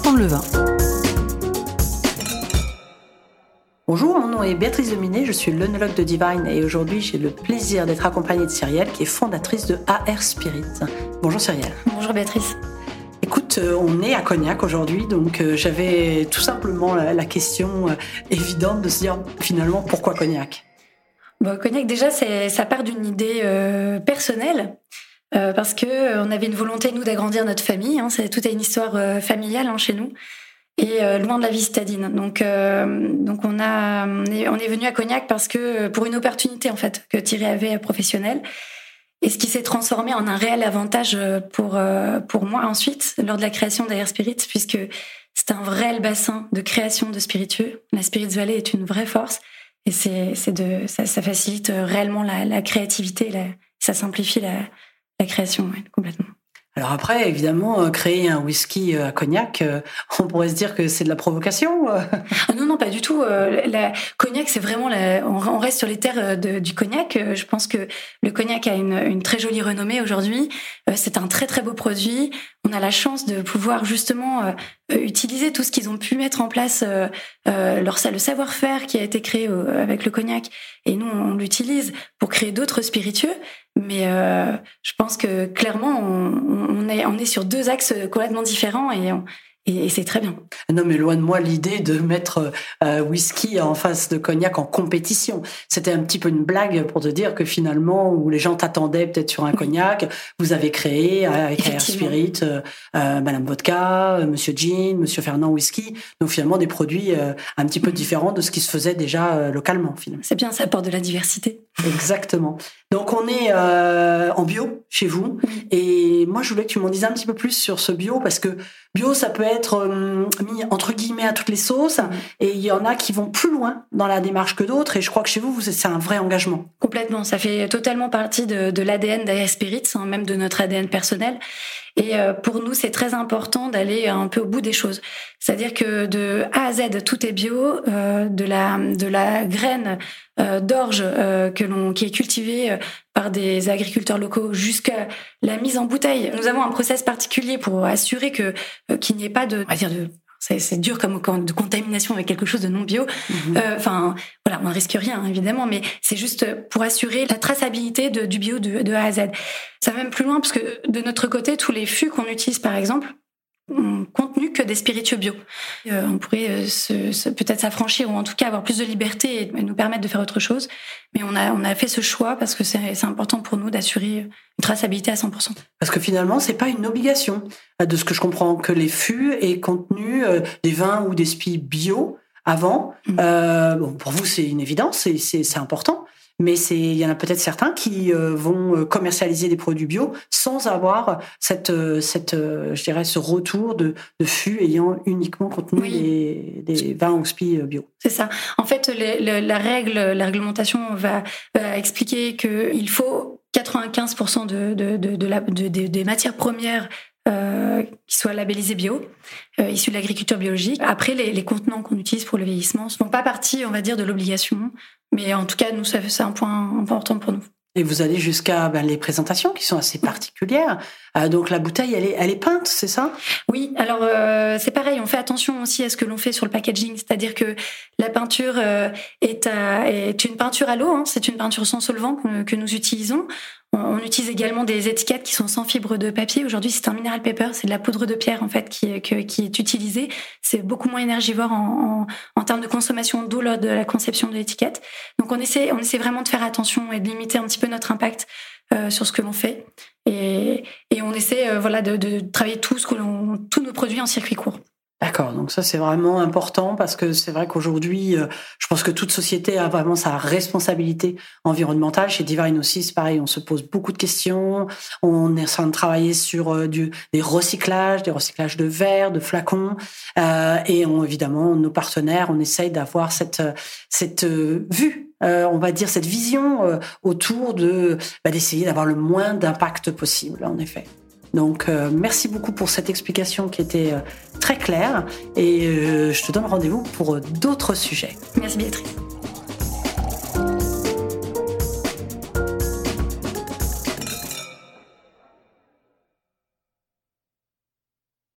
Apprendre le vin. Bonjour, mon nom est Béatrice Dominé, je suis l'œnologue de Divine et aujourd'hui j'ai le plaisir d'être accompagnée de Cyrielle qui est fondatrice de AR Spirit. Bonjour Cyrielle. Bonjour Béatrice. Écoute, on est à Cognac aujourd'hui, donc j'avais tout simplement la question évidente de se dire finalement pourquoi Cognac ? Cognac déjà ça part d'une idée personnelle. Parce que on avait une volonté nous d'agrandir notre famille, tout a une histoire familiale chez nous et loin de la vie citadine. Donc on est venu à Cognac parce que pour une opportunité en fait que Thierry avait professionnelle et ce qui s'est transformé en un réel avantage pour moi ensuite lors de la création d'AR Spirit puisque c'est un réel bassin de création de spiritueux. La Spirit Valley est une vraie force et ça facilite réellement la créativité, ça simplifie la création, ouais, complètement. Alors après, évidemment, créer un whisky à Cognac, on pourrait se dire que c'est de la provocation. Non, pas du tout. Cognac, c'est vraiment on reste sur les terres du Cognac. Je pense que le Cognac a une très jolie renommée aujourd'hui. C'est un très très beau produit. On a la chance de pouvoir justement utiliser tout ce qu'ils ont pu mettre en place, le savoir-faire qui a été créé avec le Cognac. Et nous, on l'utilise pour créer d'autres spiritueux. Mais je pense que clairement, on est sur deux axes complètement différents et c'est très bien. Non, mais loin de moi l'idée de mettre whisky en face de Cognac en compétition. C'était un petit peu une blague pour te dire que finalement, où les gens t'attendaient peut-être sur un Cognac, vous avez créé avec AR Spirit, Madame Vodka, Monsieur Gin, Monsieur Fernand Whisky. Donc finalement des produits un petit peu différents de ce qui se faisait déjà localement. Finalement. C'est bien, ça apporte de la diversité. Exactement. Donc on est en bio chez vous et moi je voulais que tu m'en dises un petit peu plus sur ce bio parce que bio ça peut être mis entre guillemets à toutes les sauces et il y en a qui vont plus loin dans la démarche que d'autres et je crois que chez vous c'est un vrai engagement. Complètement, ça fait totalement partie de l'ADN d'AR Spirit, même de notre ADN personnel. Et pour nous, c'est très important d'aller un peu au bout des choses. C'est-à-dire que de A à Z, tout est bio, de la graine d'orge qui est cultivée par des agriculteurs locaux jusqu'à la mise en bouteille. Nous avons un process particulier pour assurer qu'il n'y ait pas c'est dur comme de contamination avec quelque chose de non bio. On ne risque rien évidemment, mais c'est juste pour assurer la traçabilité du bio de A à Z. Ça va même plus loin parce que de notre côté, tous les fûts qu'on utilise par exemple ont contenu que des spiritueux bio. On pourrait peut-être s'affranchir ou en tout cas avoir plus de liberté et nous permettre de faire autre chose. Mais on a fait ce choix parce que c'est important pour nous d'assurer une traçabilité à 100%. Parce que finalement, c'est pas une obligation, de ce que je comprends, que les fûts aient contenu des vins ou des spis bio avant. Pour vous, c'est une évidence, c'est important. Mais il y en a peut-être certains qui vont commercialiser des produits bio sans avoir ce retour de fûts ayant uniquement contenu des vins ou spis bio. C'est ça. En fait, la réglementation va expliquer qu'il faut 95% des matières premières qui soient labellisées bio, issues de l'agriculture biologique. Après, les contenants qu'on utilise pour le vieillissement ne font pas partie, on va dire, de l'obligation. Mais en tout cas, nous, c'est un point important pour nous. Et vous allez jusqu'à les présentations qui sont assez particulières. Donc la bouteille, elle est peinte, c'est ça ? Oui, alors c'est pareil, on fait attention aussi à ce que l'on fait sur le packaging, c'est-à-dire que la peinture est une peinture à l'eau, c'est une peinture sans solvant que nous utilisons. On utilise également des étiquettes qui sont sans fibre de papier. Aujourd'hui, c'est un mineral paper, c'est de la poudre de pierre en fait qui est utilisée. C'est beaucoup moins énergivore en termes de consommation d'eau lors de la conception de l'étiquette. Donc on essaie vraiment de faire attention et de limiter un petit peu notre impact sur ce que l'on fait. Et on essaie de travailler tous nos produits en circuit court. D'accord, donc ça c'est vraiment important parce que c'est vrai qu'aujourd'hui, je pense que toute société a vraiment sa responsabilité environnementale. Chez Divine aussi, c'est pareil, on se pose beaucoup de questions. On est en train de travailler sur des recyclages de verre, de flacons, et évidemment nos partenaires, on essaye d'avoir cette vue. On va dire cette vision autour d'essayer d'avoir le moins d'impact possible, en effet. Donc, merci beaucoup pour cette explication qui était très claire et je te donne rendez-vous pour d'autres sujets. Merci Béatrice.